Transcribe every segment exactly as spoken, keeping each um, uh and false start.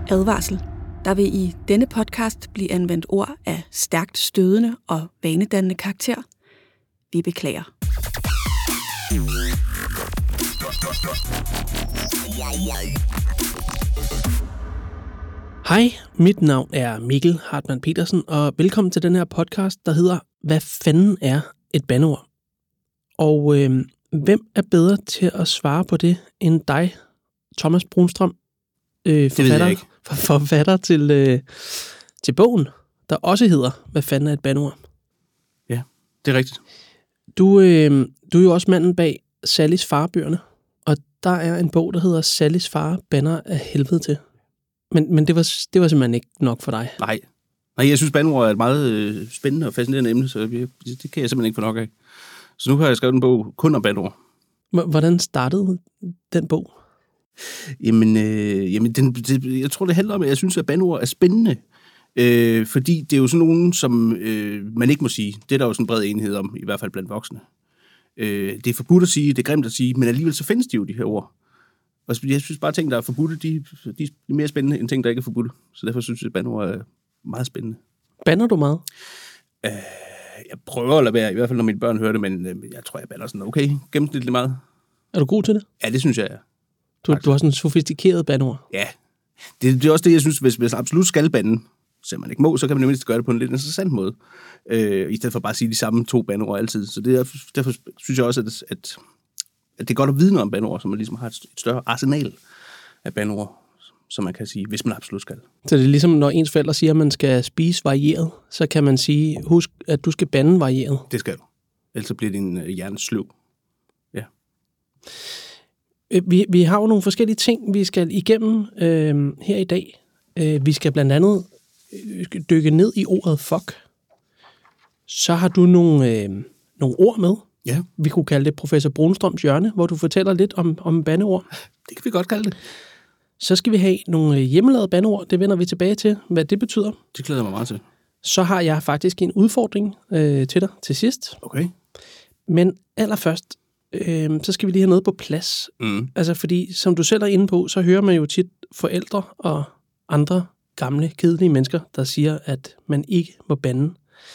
Advarsel. Der vil i denne podcast blive anvendt ord af stærkt stødende og vanedannende karakter. Vi beklager. Hej, mit navn er Mikkel Hartmann Petersen, og velkommen til den her podcast, der hedder Hvad fanden er et bandeord? Og øh, hvem er bedre til at svare på det end dig, Thomas Brunstrøm, øh, forfatter, for, forfatter til, øh, til bogen, der også hedder Hvad fanden er et bandeord? Ja, det er rigtigt. Du, øh, du er jo også manden bag Sallys far-bøgerne, og der er en bog, der hedder Sallys far bander af helvede til. Men, men det, var, det var simpelthen ikke nok for dig. Nej, Nej jeg synes, bandeord er et meget øh, spændende og fascinerende emne, så det, det kan jeg simpelthen ikke få nok af. Så nu har jeg skrevet en bog kun om bandeord. Hvordan startede den bog? Jamen, øh, jamen den, det, jeg tror, det handler om, at jeg synes, at bandeord er spændende. Øh, fordi det er jo sådan nogen, som øh, man ikke må sige. Det er der jo sådan en bred enighed om, i hvert fald blandt voksne. Øh, det er forbudt at sige, det er grimt at sige, men alligevel så findes de jo, de her ord. Og jeg synes bare, at ting, der er forbudte, de, de er mere spændende end ting, der ikke er forbudte. Så derfor synes jeg, at bandeord er meget spændende. Bander du meget? Øh, jeg prøver at lade være, i hvert fald når mine børn hører det, men øh, jeg tror, jeg bander sådan okay, gennemsnitligt meget. Er du god til det? Ja, det synes jeg, ja. Du, du har sådan en sofistikeret bandeord. Ja, det, det er også det, jeg synes, hvis man absolut skal bande, så man ikke må, så kan man nemlig gøre det på en lidt interessant måde. Øh, I stedet for bare at sige de samme to bandeord altid. Så det er, derfor synes jeg også, at, at, at det er godt at vide noget om bandeord, så man ligesom har et større arsenal af bandeord, som man kan sige, hvis man absolut skal. Så det er ligesom, når ens forældre siger, at man skal spise varieret, så kan man sige, husk, at du skal bande varieret. Det skal du. Ellers bliver din hjerne sløv. Ja. Vi, vi har jo nogle forskellige ting, vi skal igennem øh, her i dag. Øh, vi skal blandt andet dykke ned i ordet fuck. Så har du nogle, øh, nogle ord med. Ja. Vi kunne kalde det Professor Brunstrøms hjørne, hvor du fortæller lidt om, om bandeord. Det kan vi godt kalde det. Så skal vi have nogle hjemmelavede bandeord. Det vender vi tilbage til, hvad det betyder. Det glæder mig meget til. Så har jeg faktisk en udfordring øh, til dig til sidst. Okay. Men allerførst, øh, så skal vi lige have noget på plads. Mm. Altså fordi, som du selv er inde på, så hører man jo tit forældre og andre gamle, kedelige mennesker, der siger, at man ikke må bande.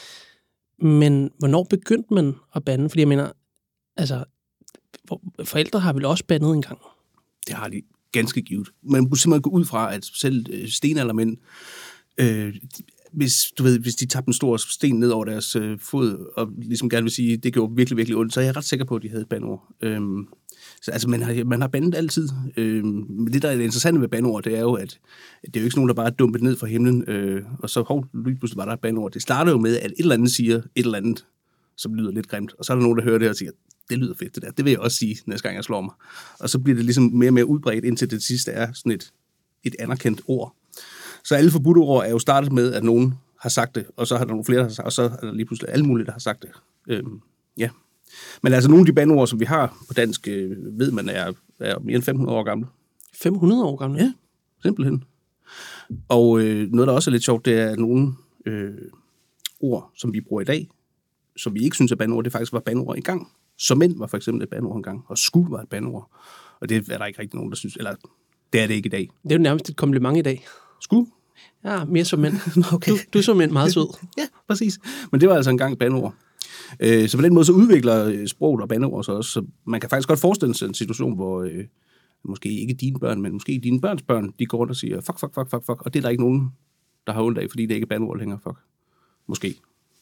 Men hvornår begyndte man at bande? Fordi jeg mener, altså, forældre har vel også bandet engang? Det har de ganske givet. Man må simpelthen gå ud fra, at selv stenaldermænd, øh, hvis, du ved, hvis de tabte en stor sten ned over deres øh, fod, og ligesom gerne vil sige, det gjorde virkelig, virkelig ondt, så er jeg ret sikker på, at de havde et bandeord. Øhm, så altså, man har, man har bandet altid. Øhm, men det, der er det interessante ved bandeord, det er jo, at det er jo ikke nogen, der bare er dumpet ned fra himlen, øh, og så hov, lige pludselig var der et bandeord. Det starter jo med, at et eller andet siger et eller andet, som lyder lidt grimt, og så er der nogen, der hører det og siger, det lyder fedt det der, det vil jeg også sige, næste gang jeg slår mig. Og så bliver det ligesom mere og mere udbredt, indtil det sidste er sådan et, et anerkendt ord. Så alle forbudte ord er jo startet med, at nogen har sagt det, og så har der nogle flere, der har sagt, og så er der lige pludselig alle mulige, der har sagt det. Øhm, ja. Men altså nogle af de bandeord, som vi har på dansk, øh, ved man er, er mere end fem hundrede år gamle. fem hundrede år gamle? Ja, simpelthen. Og øh, noget, der også er lidt sjovt, det er, at nogle øh, ord, som vi bruger i dag, som vi ikke synes er bandeord, det faktisk var bandeord engang. Så mænd var for eksempel et bandeord engang, og sku var et bandeord. Og det er der ikke rigtig nogen, der synes, eller det er det ikke i dag. Det er jo nærmest et kompliment i dag. Sku? Ja, mere som mænd. Okay. Du, du er som mænd meget sød. Ja, præcis. Men det var altså engang bandeord. Øh, så på den måde så udvikler sproget og bandeord så også. Så man kan faktisk godt forestille sig en situation, hvor øh, måske ikke dine børn, men måske dine børns børn, de går rundt og siger, fuck, fuck, fuck, fuck, fuck. Og det er der ikke nogen, der har ondt af, fordi det ikke er bandeord længere, fuck. Måske.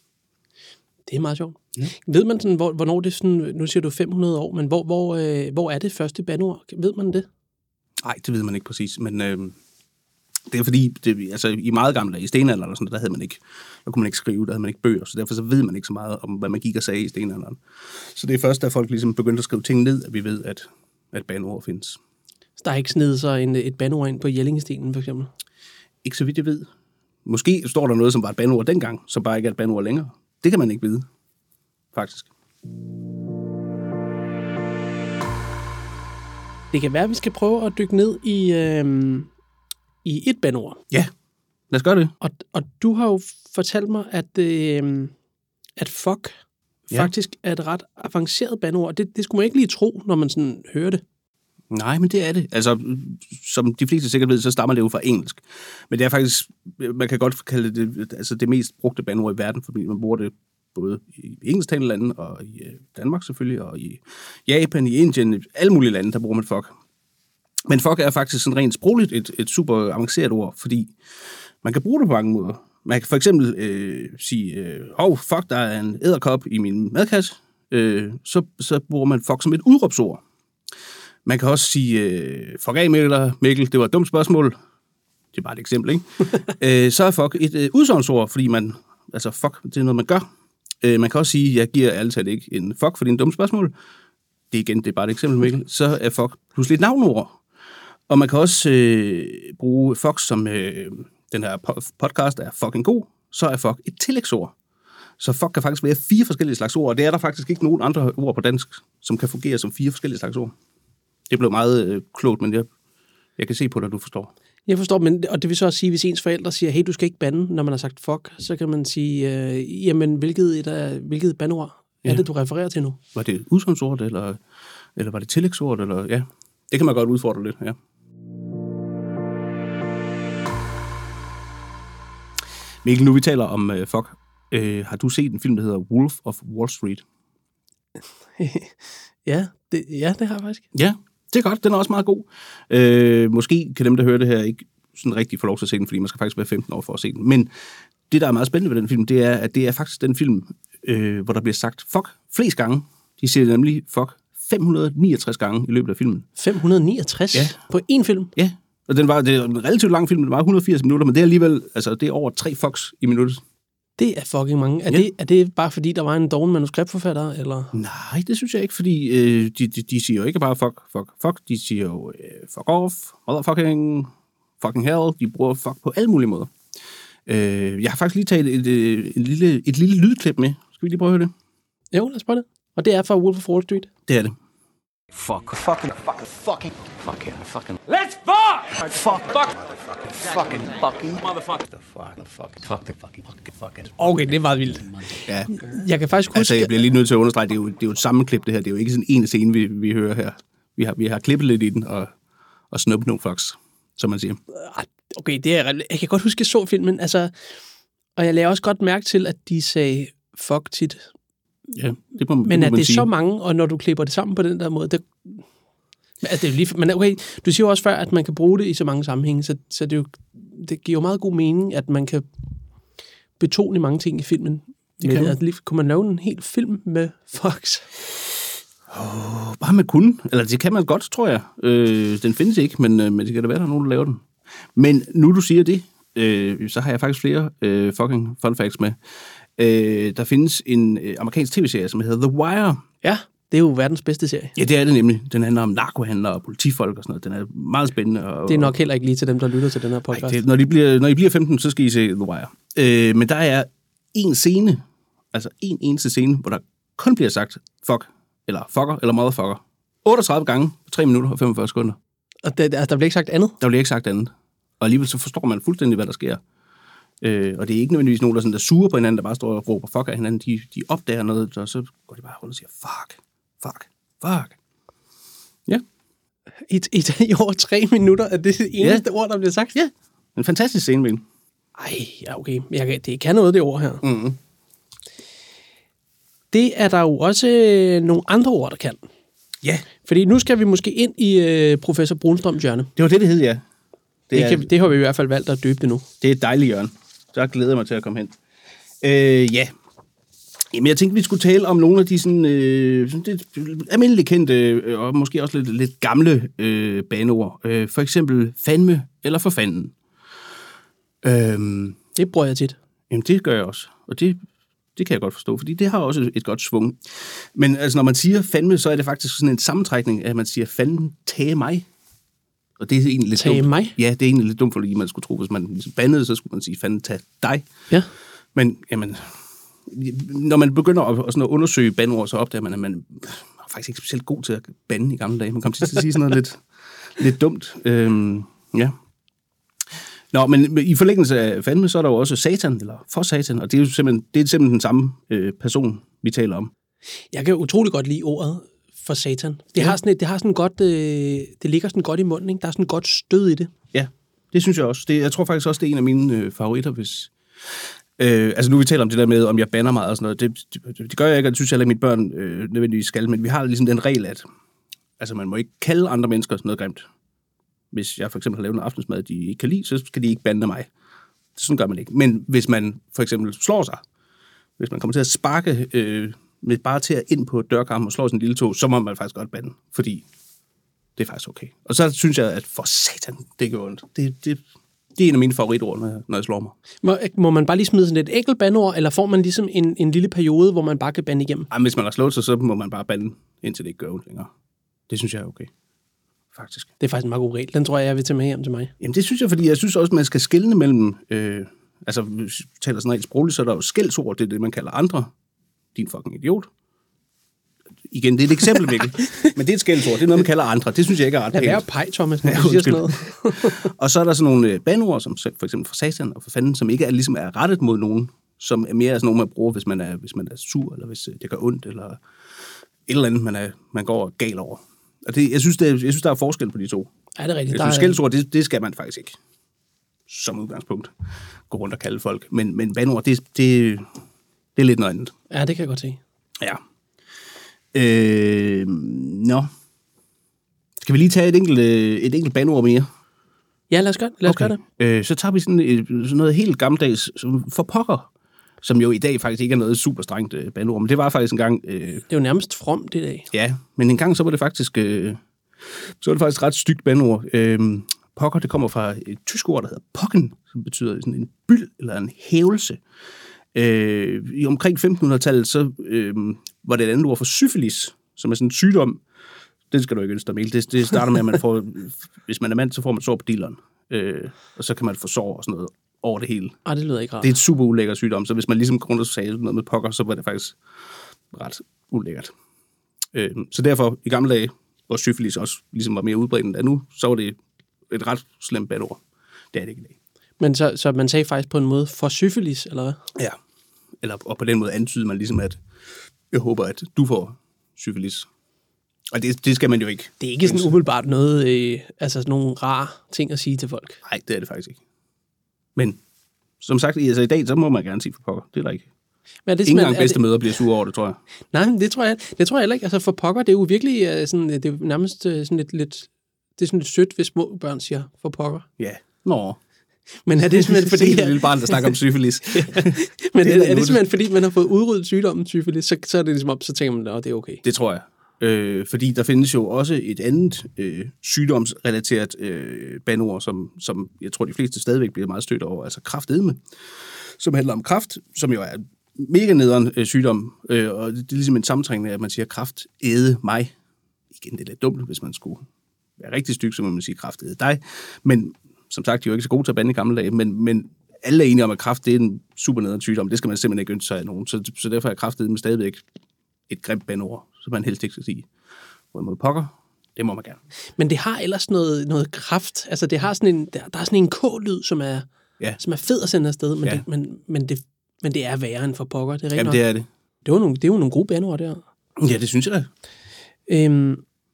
Det er meget sjovt. Ja. Ved man sådan, hvor, hvornår det er sådan, nu siger du fem hundrede år, men hvor, hvor, øh, hvor er det første bandeord? Ved man det? Nej, det ved man ikke præcis, men øh, det er fordi, det, altså i meget gamle dage, i stenalderen og sådan, der havde man ikke, der kunne man ikke skrive, der havde man ikke bøger, så derfor så ved man ikke så meget om, hvad man gik og sagde i stenalderen. Så det er først, da folk ligesom begyndte at skrive ting ned, at vi ved, at, at bandeord findes. Så der er ikke snedet sig en, et bandeord ind på Jellingestenen, for eksempel? Ikke så vidt jeg ved. Måske står der noget, som var et bandeord dengang, som bare ikke er et bandeord længere. Det kan man ikke vide, faktisk. Det kan være, at vi skal prøve at dykke ned i, øh, i et bandeord. Ja, lad os gøre det. Og, og du har jo fortalt mig, at, øh, at fuck ja. faktisk er et ret avanceret bandeord. Det, det skulle man ikke lige tro, når man sådan hører det. Nej, men det er det. Altså, som de fleste sikkert ved, så stammer det jo fra engelsk. Men det er faktisk, man kan godt kalde det, altså det mest brugte bandeord i verden, fordi man bruger det både i engelsktalende lande, og i Danmark selvfølgelig, og i Japan, i Indien, i alle mulige lande, der bruger man fuck. Men fuck er faktisk sådan rent sprogligt et, et super avanceret ord, fordi man kan bruge det på mange måder. Man kan for eksempel øh, sige, øh, oh, fuck, der er en edderkop i min madkasse. Øh, så, så bruger man fuck som et udråbsord. Man kan også sige, øh, fuck af Mikkel, Mikkel, det var et dumt spørgsmål. Det er bare et eksempel, ikke? øh, så er fuck et øh, udsagnsord, fordi man, altså fuck, det er noget, man gør. Øh, man kan også sige, jeg giver ærligt talt ikke en fuck for dine dumme spørgsmål. Det er igen, det er bare et eksempel, Mikkel. Så er fuck pludselig et navnord. Og man kan også øh, bruge fuck som, øh, den her podcast er fucking god, så er fuck et tillægsord. Så fuck kan faktisk være fire forskellige slags ord, og det er der faktisk ikke nogen andre ord på dansk, som kan fungere som fire forskellige slags ord. Det blev meget øh, klogt, men jeg, jeg kan se på dig, at du forstår. Jeg forstår, men, og det vil så også sige, hvis ens forældre siger, hey, du skal ikke bande, når man har sagt fuck, så kan man sige, øh, jamen, hvilket, et af, hvilket bandeord ja. er det, du refererer til nu? Var det udsagnsord, eller, eller var det tillægsord, eller ja. Det kan man godt udfordre lidt, ja. Mikkel, nu vi taler om uh, fuck. Uh, har du set en film, der hedder Wolf of Wall Street? ja, det, ja, det har jeg faktisk. Ja, det er godt. Den er også meget god. Uh, måske kan dem, der hører det her, ikke sådan rigtig få lov til at se den, fordi man skal faktisk være femten år for at se den. Men det, der er meget spændende ved den film, det er, at det er faktisk den film, uh, hvor der bliver sagt fuck flest gange. De siger nemlig fuck fem hundrede niogtres gange i løbet af filmen. fem hundrede niogtres? Ja. På én film? Ja. Og den var, det er en relativt lang film, den var et hundrede og firs minutter, men det er alligevel, altså det er over tre fucks i minuttet. Det er fucking mange. Er, ja. det, er det bare fordi, der var en doven manuskriptforfatter, eller? Nej, det synes jeg ikke, fordi øh, de, de, de siger jo ikke bare fuck, fuck, fuck, de siger jo øh, fuck off, motherfucking, fucking hell, de bruger fuck på alle mulige måder. Øh, jeg har faktisk lige taget et, et, et, lille, et lille lydklip med. Skal vi lige prøve at høre det? Jo, lad os prøve det. Og det er fra Wolf of Wall Street? Det er det. Fuck. Fucking. Fucking. Fucking. Fucking. Fucking. Let's fuck! Fuck. Fuck. Fucking. Fucking. Motherfucker. Fucking. Fucking. Fucking. Fucking. Fucking. Okay, det er meget vildt. Ja. Jeg kan faktisk huske... Altså, jeg bliver lige nødt til at understrege, det er jo, det er jo et sammenklip, det her. Det er jo ikke sådan en scene, vi, vi hører her. Vi har, vi har klippet lidt i den og, og snuppet nogle fucks, som man siger. Okay, det er... Jeg kan godt huske, at jeg så filmen, altså... Og jeg lagde også godt mærke til, at de sagde fuck tit. Ja, det må, men det må at man det er sige. så mange, og når du klipper det sammen på den der måde, det, altså det er lige, men okay, du siger jo også før, at man kan bruge det i så mange sammenhænge, så, så det, jo, det giver jo meget god mening, at man kan betone mange ting i filmen. Det kan man. At lige, kunne man lave en hel film med Fox? Oh, bare man kunne. Eller det kan man godt, tror jeg. Øh, den findes ikke, men, øh, men det kan da være, der er nogen, der laver den. Men nu du siger det, øh, så har jeg faktisk flere øh, fucking fun facts med. Øh, der findes en øh, amerikansk tv-serie, som hedder The Wire. Ja, det er jo verdens bedste serie. Ja, det er det nemlig. Den handler om narkohandlere og politifolk og sådan noget. Den er meget spændende. Og, det er nok heller ikke lige til dem, der lytter til den her podcast. Ej, det, når, de bliver, når I bliver femten, så skal I se The Wire. Øh, men der er en scene, altså en eneste scene, hvor der kun bliver sagt fuck, eller fucker, eller motherfucker. otteogtredive gange på tre minutter og femogfyrre sekunder. Og det, altså, der bliver ikke sagt andet? Der bliver ikke sagt andet. Og alligevel så forstår man fuldstændig, hvad der sker. Øh, og det er ikke nødvendigvis nogen, der, sådan, der suger på hinanden, der bare står og råber fuck af hinanden. De, de opdager noget, og så går de bare rundt og siger fuck, fuck, fuck. Ja. I, i, i over tre minutter er det det eneste ja. ord, der bliver sagt? Ja. En fantastisk scene, Mikkel. Ej, ja okay. Jeg, det kan noget, det ord her. Mm-hmm. Det er der jo også nogle andre ord, der kan. Ja. Fordi nu skal vi måske ind i øh, professor Brunstrøms hjørne. Det var det, det hed, ja. Det, det, er, kan, det har vi i hvert fald valgt at døbe det nu. Det er et dejligt hjørne. Så glæder jeg mig til at komme hen. Øh, ja. Jamen, jeg tænkte, vi skulle tale om nogle af de sådan, øh, sådan lidt almindeligt kendte, øh, og måske også lidt, lidt gamle øh, baneord. Øh, for eksempel fandme eller for fanden. Øh, det bruger jeg tit. Jamen, det gør jeg også. Og det, det kan jeg godt forstå, fordi det har også et, et godt svung. Men altså, når man siger fandme, så er det faktisk sådan en sammentrækning, at man siger fanden tage mig. Og det er egentlig lidt tage dumt. mig? Ja, det er egentlig lidt dumt, fordi man skulle tro, hvis man ligesom bandede, så skulle man sige fanden tage dig. Ja. Men, jamen, når man begynder at, at, sådan at undersøge bandord, så opdager man, at man er faktisk ikke specielt god til at bande i gamle dage. Man kommer til at sige sådan noget lidt, lidt dumt. Øhm, ja. Nå, men i forlængelse af fandme, så er der jo også satan, eller for satan, og det er jo simpelthen, det er simpelthen den samme øh, person, vi taler om. Jeg kan utrolig godt lide ordet for satan. Det, ja. har sådan et, det har sådan godt, øh, det ligger sådan godt i munden, ikke? Der er sådan godt stød i det. Ja, det synes jeg også. Det, jeg tror faktisk også, det er en af mine øh, favoritter, hvis... Øh, altså nu vi taler om det der med, om jeg bander meget og sådan noget. Det, det, det gør jeg ikke, og det synes jeg heller ikke, mine børn øh, nødvendigvis skal. Men vi har ligesom den regel, at altså, man må ikke kalde andre mennesker sådan noget grimt. Hvis jeg for eksempel har lavet en aftensmad, de ikke kan lide, så skal de ikke bande mig. Sådan gør man ikke. Men hvis man for eksempel slår sig, hvis man kommer til at sparke øh, med bare til at ind på dørkarmen og slår sin lille tog, så må man faktisk godt bande, fordi det er faktisk okay. Og så synes jeg, at for satan, det gør ondt. Det, det, det er en af mine favoritord, når jeg, når jeg slår mig. Må, må man bare lige smide sådan et enkelt bandeord, eller får man ligesom en, en lille periode, hvor man bare kan bande igennem? Ej, hvis man har slået sig, så må man bare bande, indtil det ikke gør ondt længere. Det synes jeg er okay. Faktisk. Det er faktisk en meget god regel. Den tror jeg, jeg vil tage med hjem til mig. Jamen det synes jeg, fordi jeg synes også, man skal skelne mellem... Øh, altså, hvis vi taler sådan rent sprogligt, så er der jo skældsord, det er det, man kalder andre. Din fucking idiot. Igen, det er et eksempel, Mikkel. Men det er et skældsord. Det er noget, man kalder andre. Det synes jeg ikke er ret pænt. Ja, vær pej, Thomas, når du siger sådan noget. Og så er der sådan nogle øh, banord, som for eksempel for satan og for fanden, som ikke er, ligesom er rettet mod nogen, som er mere sådan nogle, man bruger, hvis man er, hvis man er sur, eller hvis det gør ondt, eller et eller andet, man, er, man går gal over. Og det, jeg, synes, det er, jeg synes, der er forskel på de to. Ja, det er rigtigt. Jeg synes, skældsord, det, det skal man faktisk ikke, som udgangspunkt, gå rundt og kalde folk. Men, men banord, det, det, det er lidt noget andet. Ja, det kan jeg godt se. Ja. Øh, nå. Skal vi lige tage et enkelt, et enkelt banord mere? Ja, lad os gøre, lad os okay. gøre det. Øh, så tager vi sådan, et, sådan noget helt gammeldags for pokker, som jo i dag faktisk ikke er noget super strengt øh, banord, men det var faktisk en gang... Øh, det er jo nærmest fromt i dag. Ja, men en gang så var det faktisk, øh, så var det faktisk ret stygt banord. Øh, pokker, det kommer fra et tysk ord, der hedder pocken, som betyder sådan en byld eller en hævelse. Øh, I omkring femten hundrede-tallet, så øh, var det et andet ord for syfilis, som er sådan en sygdom. Det skal du ikke ønske dig, Mikkel. Det, det starter med, at man får, hvis man er mand, så får man sår på dilleren. Øh, og så kan man få sår og sådan noget over det hele. Ej, det lyder ikke rart. Det er et super ulækkert sygdom, så hvis man ligesom grundet sagde noget med pokker, så var det faktisk ret ulækkert. Øh, så derfor, i gamle dage, hvor syfilis også ligesom var mere udbredt end det nu, så var det et ret slemt bandord. Det er det ikke i dag. Men så, så man sagde faktisk på en måde for syfilis, eller hvad? Ja, eller, og på den måde antyder man ligesom, at jeg håber, at du får syfilis. Og det, det skal man jo ikke. Det er ikke sådan umiddelbart noget, øh, altså sådan nogle rare ting at sige til folk. Nej, det er det faktisk ikke. Men som sagt, altså i dag, så må man gerne sige for pokker. Det er der ikke. Men er det ingen gang bedste det... møder bliver sure over det, tror jeg. Nej, men det tror jeg, det tror jeg heller ikke. Altså for pokker, det er jo virkelig sådan, det er nærmest sådan lidt, lidt, det er sådan lidt sødt, hvis små børn siger for pokker. Ja, nå. Men er det simpelthen fordi... det er lille barn, der snakker om syfilis. ja. Men det er, er, er det simpelthen fordi, man har fået udryddet sygdommen syfilis, så, så er det ligesom op, så tænker man, at det er okay. Det tror jeg. Øh, fordi der findes jo også et andet øh, sygdomsrelateret øh, banord, som, som jeg tror, de fleste stadigvæk bliver meget stødt over, altså kræftedme, som handler om kræft, som jo er mega nederen øh, sygdom, øh, og det er ligesom en sammentrængning af, at man siger kræft æde mig. Igen, det er lidt dumt, hvis man skulle være rigtig styg, så må man sige kræft æde dig, men som sagt, de er jo ikke så gode til at bande i gamle dage, men, men alle er enige om, at kræft det er en super nederen sygdom, det skal man simpelthen ikke ønske sig af nogen, så, så derfor er kræftedme stadigvæk et grimt bandord, som man helst ikke skal sige. Hvorimod pokker, det må man gerne. Men det har ellers noget, noget kraft. Altså, det har sådan en, der, der er sådan en k-lyd, som er, ja. som er fed at sende afsted, men, ja. det, men, men, det, men det er værre end for pokker. Det er Jamen, det er det. Det, var nogle, det er jo nogle gode bandord der. Ja, det synes jeg da. Øhm,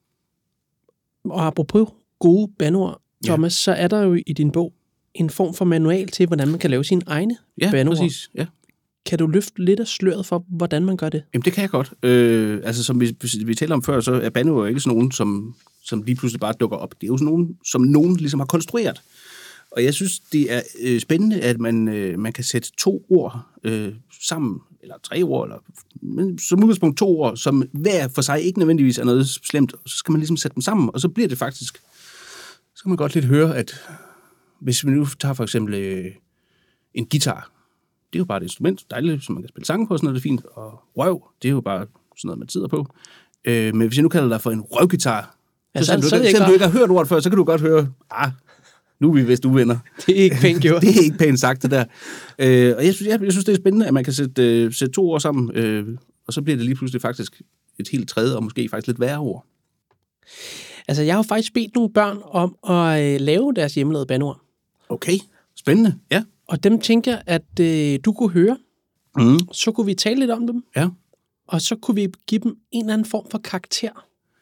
og apropos gode bandord, Thomas, ja. så er der jo i din bog en form for manual til, hvordan man kan lave sine egne ja, bandord. Præcis. Ja, præcis. Kan du løfte lidt af sløret for, hvordan man gør det? Jamen, det kan jeg godt. Øh, altså, som vi, vi talte om før, så er bandeord jo ikke sådan nogen, som, som lige pludselig bare dukker op. Det er jo sådan nogen, som nogen ligesom har konstrueret. Og jeg synes, det er øh, spændende, at man, øh, man kan sætte to ord øh, sammen, eller tre ord, eller men som udgangspunkt to ord, som hver for sig ikke nødvendigvis er noget slemt. Og så skal man ligesom sætte dem sammen, og så bliver det faktisk... Så kan man godt lidt høre, at hvis vi nu tager for eksempel øh, en guitar, det er jo bare et instrument, dejligt, som man kan spille sange på, sådan noget, det er fint. Og røv, det er jo bare sådan noget, man sidder på. Øh, men hvis jeg nu kalder dig for en røvgitar, ja, så, så, så, så du, selvom du ikke har hørt ordet før, så kan du godt høre, ah, nu er vi vist uvenner. Det er ikke pænt gjort. Det er ikke pænt sagt, det der. Øh, og jeg synes, jeg, jeg synes, det er spændende, at man kan sætte, øh, sætte to ord sammen, øh, og så bliver det lige pludselig faktisk et helt tredje, og måske faktisk lidt værre ord. Altså, jeg har faktisk bedt nogle børn om at øh, lave deres hjemmelavede bandord. Okay, spændende, ja. Og dem tænker jeg, at øh, du kunne høre. Mm. Så kunne vi tale lidt om dem. Ja. Og så kunne vi give dem en eller anden form for karakter.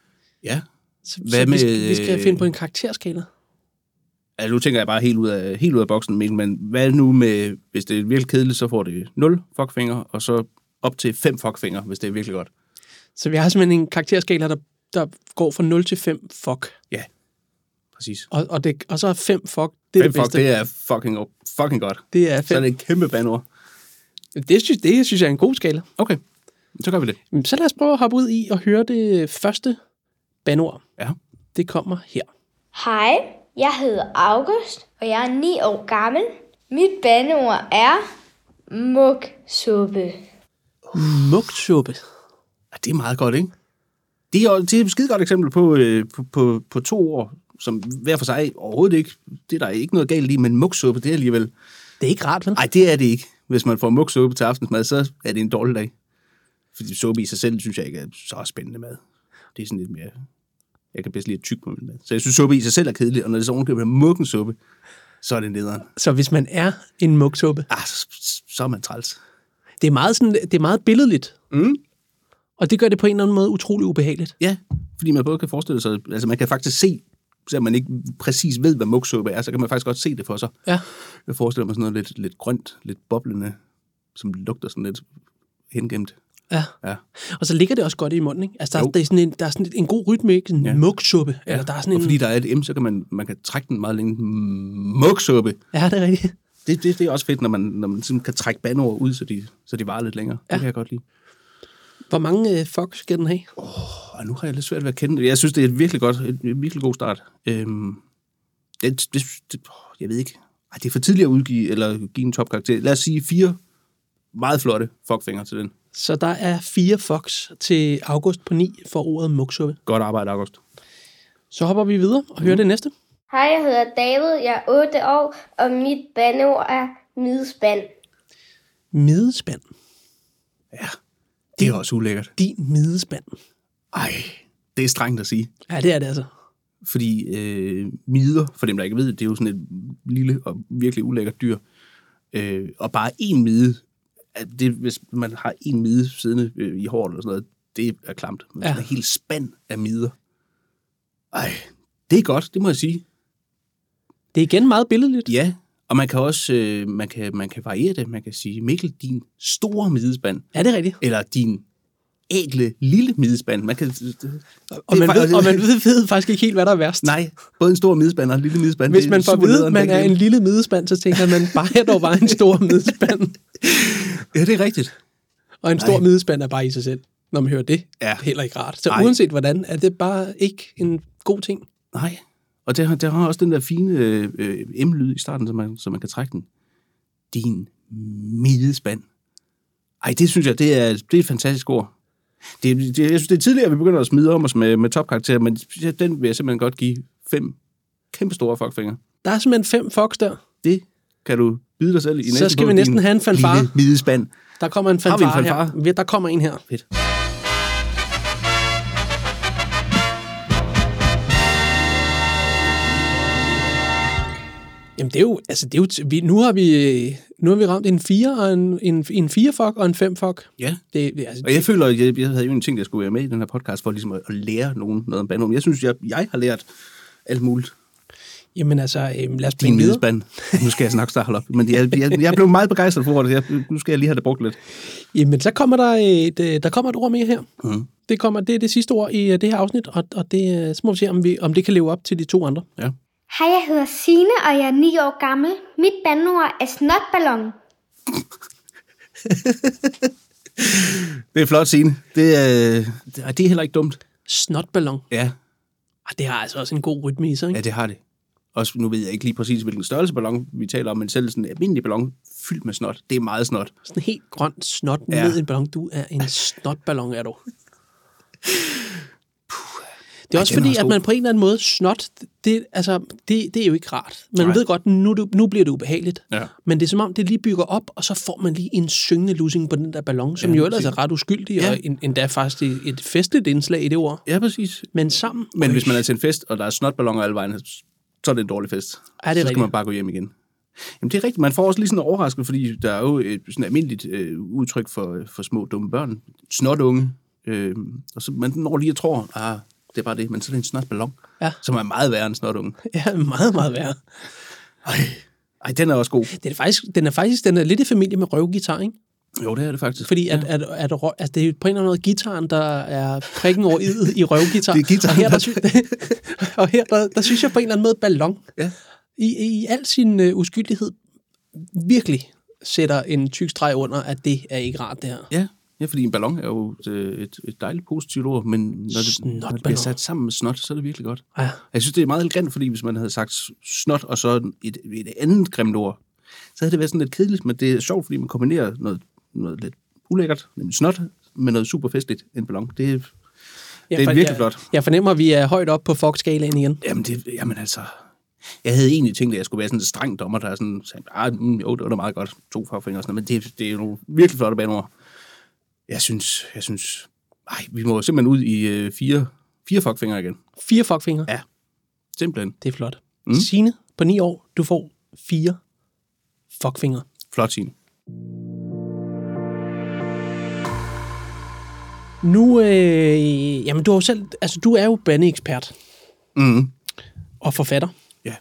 Ja. Så, Hvad så med, vi, skal, vi skal finde på en karakterskala. Altså, nu tænker jeg bare helt ud af, helt ud af boksen, men hvad nu med, hvis det er virkelig kedeligt, så får det nul fuckfinger, og så op til fem fuckfinger, hvis det er virkelig godt. Så vi har simpelthen en karakterskala, der, der går fra nul til fem fuck. Ja, præcis. Og, og, det, og så er fem fuck, det er fem det bedste. Fuck, det er fucking, fucking godt. Det er fem. Så er det et kæmpe bandord. Det synes, det synes jeg er en god skala. Okay, så gør vi det. Så lad os prøve at hoppe ud i og høre det første bandord. Ja. Det kommer her. Hej, jeg hedder August, og jeg er ni år gammel. Mit bandeord er mugsuppe. Mugsuppe. Ja, det er meget godt, ikke? Det er, det er et skide godt eksempel på, øh, på, på, på to ord, som hver for sig overhovedet ikke, det er der ikke noget galt i, men mugsuppe, det er alligevel... Det er ikke rart, vel? Nej, det er det ikke. Hvis man får mugsuppe til aftensmad, så er det en dårlig dag. Fordi suppe i sig selv, synes jeg ikke er så spændende mad. Det er sådan lidt mere... Jeg kan bedst lide at tykke på min mad. Så jeg synes, suppe i sig selv er kedeligt, og når det så ovenkøber er muggensuppe, så er det nederen. Så hvis man er en mugsuppe, Ah, så, så er man træls. det er meget, sådan, det er meget billedligt. Mm. Og det gør det på en eller anden måde utrolig ubehageligt. Ja, fordi man både kan forestille sig, altså man kan faktisk se, selvom man ikke præcis ved, hvad mugsuppe er, så kan man faktisk godt se det for sig. Ja. Jeg forestiller mig sådan noget lidt, lidt grønt, lidt boblende, som lugter sådan lidt hengemt. Ja. Ja. Og så ligger det også godt i munden, ikke? Altså, der, Jo. der, er, sådan en, der er sådan en god rytme, ikke? Sådan en Ja. mugsuppe. Ja. Eller der er sådan Og en... fordi der er et M, så kan man, man kan trække den meget længe. Mugsuppe. Ja, det er rigtigt. Det, det, det er også fedt, når man, når man sådan kan trække bandord ud, så de, så de varer lidt længere. Ja. Det kan jeg godt lide. Hvor mange øh, fuck skal den have? Og nu har jeg lidt svært ved at kende det. Jeg synes, det er et virkelig godt, et virkelig god start. Øhm, det, det, det, jeg ved ikke. Ej, det er for tidligt at udgive, eller give en topkarakter. Lad os sige fire meget flotte fuckfinger til den. Så der er fire fucks til August på ni for ordet mugsuppe. Godt arbejde, August. Så hopper vi videre og hører mm. det næste. Hej, jeg hedder David, jeg er otte år, og mit bandeord er midspand. Midespand. Ja, det er også ulækkert. Din midespand. Ej, det er strengt at sige. Ja, det er det altså. Fordi øh, mider, for dem der ikke ved, det er jo sådan et lille og virkelig ulækkert dyr. Øh, og bare én mide, at det, hvis man har en mide siddende øh, i håret eller sådan noget, det er klamt. Men Ja. sådan en helt spand af mider. Ej, det er godt, det må jeg sige. Det er igen meget billedligt. Ja, og man kan også øh, man kan, man kan variere det. Man kan sige, Mikkel, din store midespand, Ja, det er rigtigt. eller din ægle lille midespand. Man kan, Og man, ved, og man ved, ved faktisk ikke helt, hvad der er værst. nej, både en stor midespand og en lille midespand. Hvis det er man får at super vide, at nederen man er begge en lille midespand, så tænker man bare, at der var en stor midespand. Ja, det er rigtigt. Og en stor Nej. midespand er bare i sig selv. Når man hører det, Ja. heller ikke rart. Så Nej. uanset hvordan, er det bare ikke en god ting. Nej, og det har, det har også den der fine øh, M-lyd i starten, så man, så man kan trække den. Din midespand. Ej, det synes jeg, det er, det er et fantastisk ord. Det, det, jeg synes, det er tidligere, at vi begynder at smide om os med, med topkarakterer, men den vil jeg simpelthen godt give fem kæmpe store fuckfinger. Der er simpelthen fem fucks der. Det kan du byde dig selv i. Så skal vi næsten have en fanfare. Lille midespand. Der kommer en Har vi en fanfare, fanfare? her. Der kommer en her. Fedt. Jamen det er jo, altså det er jo, vi, nu har vi, nu har vi ramt en fire og en, en, en fire fuck og en fem fuck. Ja. Det, det, altså, Og jeg føler, at jeg, jeg havde jo en ting, jeg skulle være med i den her podcast, for ligesom at, at lære nogen noget om bandord. Jeg synes, jeg, jeg har lært alt muligt. Jamen altså, øhm, lad os Din bringe videre. midespand. Nu skal jeg snart starte holde op. Men jeg, jeg, jeg blev meget begejstret for det. Jeg, nu skal jeg lige have det brugt lidt. Jamen så kommer der et, øh, der kommer et ord mere her. Mm. Det, kommer, det er det sidste ord i øh, det her afsnit, og, og det, øh, så må vi se, om, vi, om det kan leve op til de to andre. Ja. Hej, jeg hedder Signe, og jeg er ni år gammel. Mit bandeord er snotballon. Det er flot, Signe. Det er, det er, det er heller ikke dumt. Snotballon. Ja, Ah, det har altså også en god rytme i sig, ikke? ja, det har det. Også nu ved jeg ikke lige præcis, hvilken størrelse ballon vi taler om, men selv sådan en almindelig ballon fyldt med snot, det er meget snot. Sådan en helt grøn snot Ja. ned i en ballon. Du er en snotballon, er du. Det er også Ej, den er fordi, også at god. man på en eller anden måde, snot, det, altså, det, det er jo ikke rart. Man Nej. ved godt, nu, du- nu bliver det ubehageligt. Ja. Men det er som om, det lige bygger op, og så får man lige en syngende lussing på den der ballon, som Ja, jo ellers præcis. er ret uskyldig, Ja. og en, endda faktisk et festligt indslag i det ord. Ja, præcis. Men sammen... Men Øj, hvis man er til en fest, og der er snotballoner alle vejen, så er det en dårlig fest. Ja, det er så skal rigtigt. man bare gå hjem igen. Jamen, det er rigtigt. Man får også lige sådan en overraskelse, fordi der er jo et sådan almindeligt øh, udtryk for, for små dumme børn. Snotunge. Øh, og så man når lige at tror, ah, Det er bare det. Men så er det en snotballon, Ja. som er meget værre end snotunge. Ja, meget, meget værre. Ej, ej, den er også god. Det er faktisk, den er faktisk den er lidt i familie med røvgitar, ikke? Jo, det er det faktisk. Fordi at, at, at, at, altså det er på en eller anden måde gitaren, der er prikken over i'et i røvgitar. Det er gitaren, og her, der, sy- og her der, der synes jeg på en eller anden måde, ballon Ja. i, i al sin uh, uskyldighed virkelig sætter en tyk streg under, at det er ikke rart, det her. Ja, ja, fordi en ballon er jo et, et, et dejligt positivt ord, men når det, når det bliver sat sammen med snot, så er det virkelig godt. Ja. Jeg synes, det er meget elegant, fordi hvis man havde sagt snot og så et, et andet grimt ord, så havde det været sådan lidt kedeligt, men det er sjovt, fordi man kombinerer noget, noget lidt ulækkert, nemlig snot, med noget super festligt, en ballon. Det, Ja, det er for- virkelig jeg, flot. Jeg fornemmer, at vi er højt op på Fox-skalaen igen. Jamen, det, jamen altså, jeg havde egentlig tænkt, at jeg skulle være sådan en streng dommer, der sådan sagde, ah, mm, jo, det var da meget godt, to fagfingre og sådan noget, men det, det er jo virkelig flotte baneord. Jeg synes, jeg synes, ej, vi må simpelthen ud i øh, fire, fire fuckfingre igen. Fire fuckfingre. Ja, simpelthen. Det er flot. Mm. Mm. Signe, på ni år, du får fire fuckfingre. Flot, Signe. Nu, øh, jamen du er jo selv, altså du er jo bandeekspert Mm. og forfatter. Ja.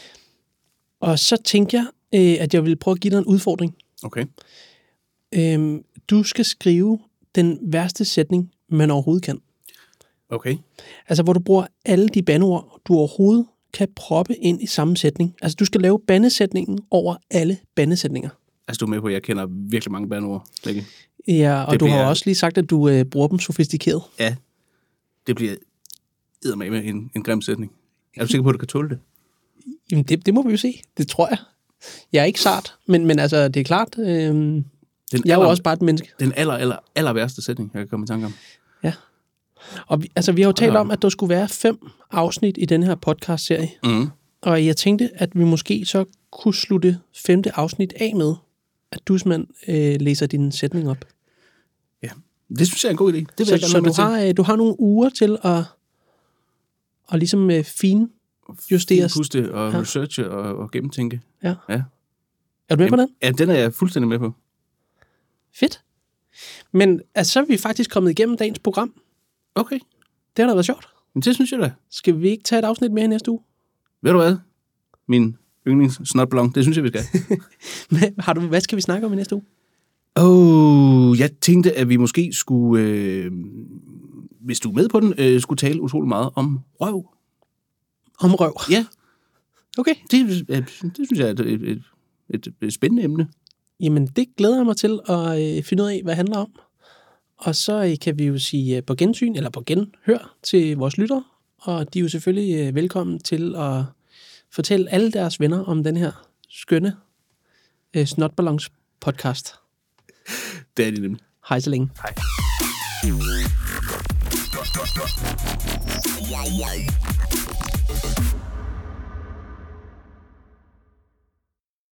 Og så tænker jeg, øh, at jeg vil prøve at give dig en udfordring. Okay. Øh, du skal skrive den værste sætning, man overhovedet kan. Okay. Altså hvor du bruger alle de bandeord, du overhovedet kan proppe ind i samme sætning. Altså du skal lave bandesætningen over alle bandesætninger. Altså, du er med på, at jeg kender virkelig mange bandeord, ikke? Ja, og Det du bliver- har også lige sagt, at du øh, bruger dem sofistikeret. Ja. Det bliver eddermame en, en grim sætning. Er du sikker på, at du kan tåle det? Jamen det, det må vi jo se. Det tror jeg. Jeg er ikke sart, men, men altså det er klart. Øh, Den jeg er jo aller- også bare et menneske. Den aller, aller, aller værste sætning, jeg kan komme i tanke om. Ja. Og vi, altså, vi har jo talt Ja. om, at der skulle være fem afsnit i den her podcast-serie. Mm. Og jeg tænkte, at vi måske så kunne slutte femte afsnit af med, at du simpelthen øh, læser din sætning op. Ja. Det synes jeg er en god idé. Det vil Så, jeg gerne så være med du, til. har, øh, du har nogle uger til at, at ligesom øh, fin justere. Puste og Ja. researche og, og gennemtænke. Ja. Ja. Er du med på den? Ja, den er jeg fuldstændig med på. Fedt. Men altså, så er vi faktisk kommet igennem dagens program. Okay. Det har da været sjovt. Men det synes jeg da. Skal vi ikke tage et afsnit mere næste uge? Ved du hvad? Min yndlingssnotballon, det synes jeg, vi skal. Har du, hvad skal vi snakke om i næste uge? Åh, oh, jeg tænkte, at vi måske skulle, øh, hvis du er med på den, øh, skulle tale utrolig meget om røv. Om røv. Ja, Okay. det, øh, det synes jeg er et, et, et, et spændende emne. Jamen, det glæder jeg mig til at øh, finde ud af, hvad det handler om. Og så øh, kan vi jo sige øh, på gensyn, eller på genhør til vores lyttere. Og de er jo selvfølgelig øh, velkommen til at fortælle alle deres venner om den her skønne øh, Snotballons podcast. Det er det nemlig. Hej så længe. Hej.